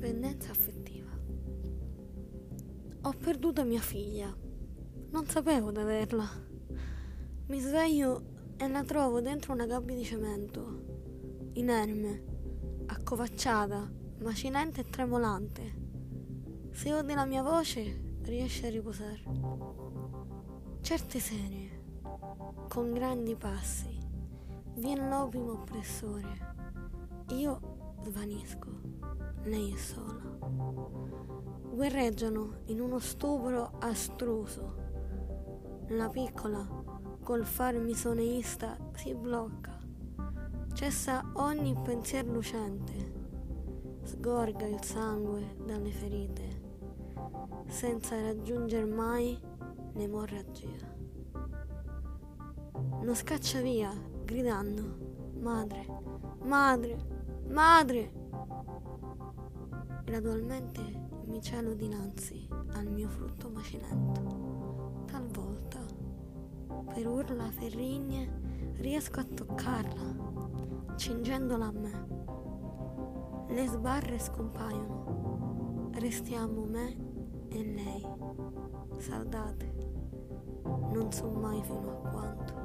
dipendenza affettiva. Ho perduto mia figlia. Non sapevo di averla. Mi sveglio e la trovo dentro una gabbia di cemento, inerme, accovacciata, macilente e tremolante. Se odi la mia voce, riesci a riposare. Certe sere, con grandi passi, viene l'opimo oppressore. Io svanisco, lei è sola. Guerreggiano in uno stupro astruso. La piccola, col far misoneista, si blocca. Cessa ogni pensier lucente. Sgorga il sangue dalle ferite, senza raggiunger mai l'emorragia. Lo scaccia via, gridando: madre, madre, madre! Gradualmente mi celo dinanzi al mio frutto macilento. Talvolta, per urla ferrigne, riesco a toccarla, cingendola a me. Le sbarre scompaiono. Restiamo me e lei, saldate. Non so mai fino a quanto.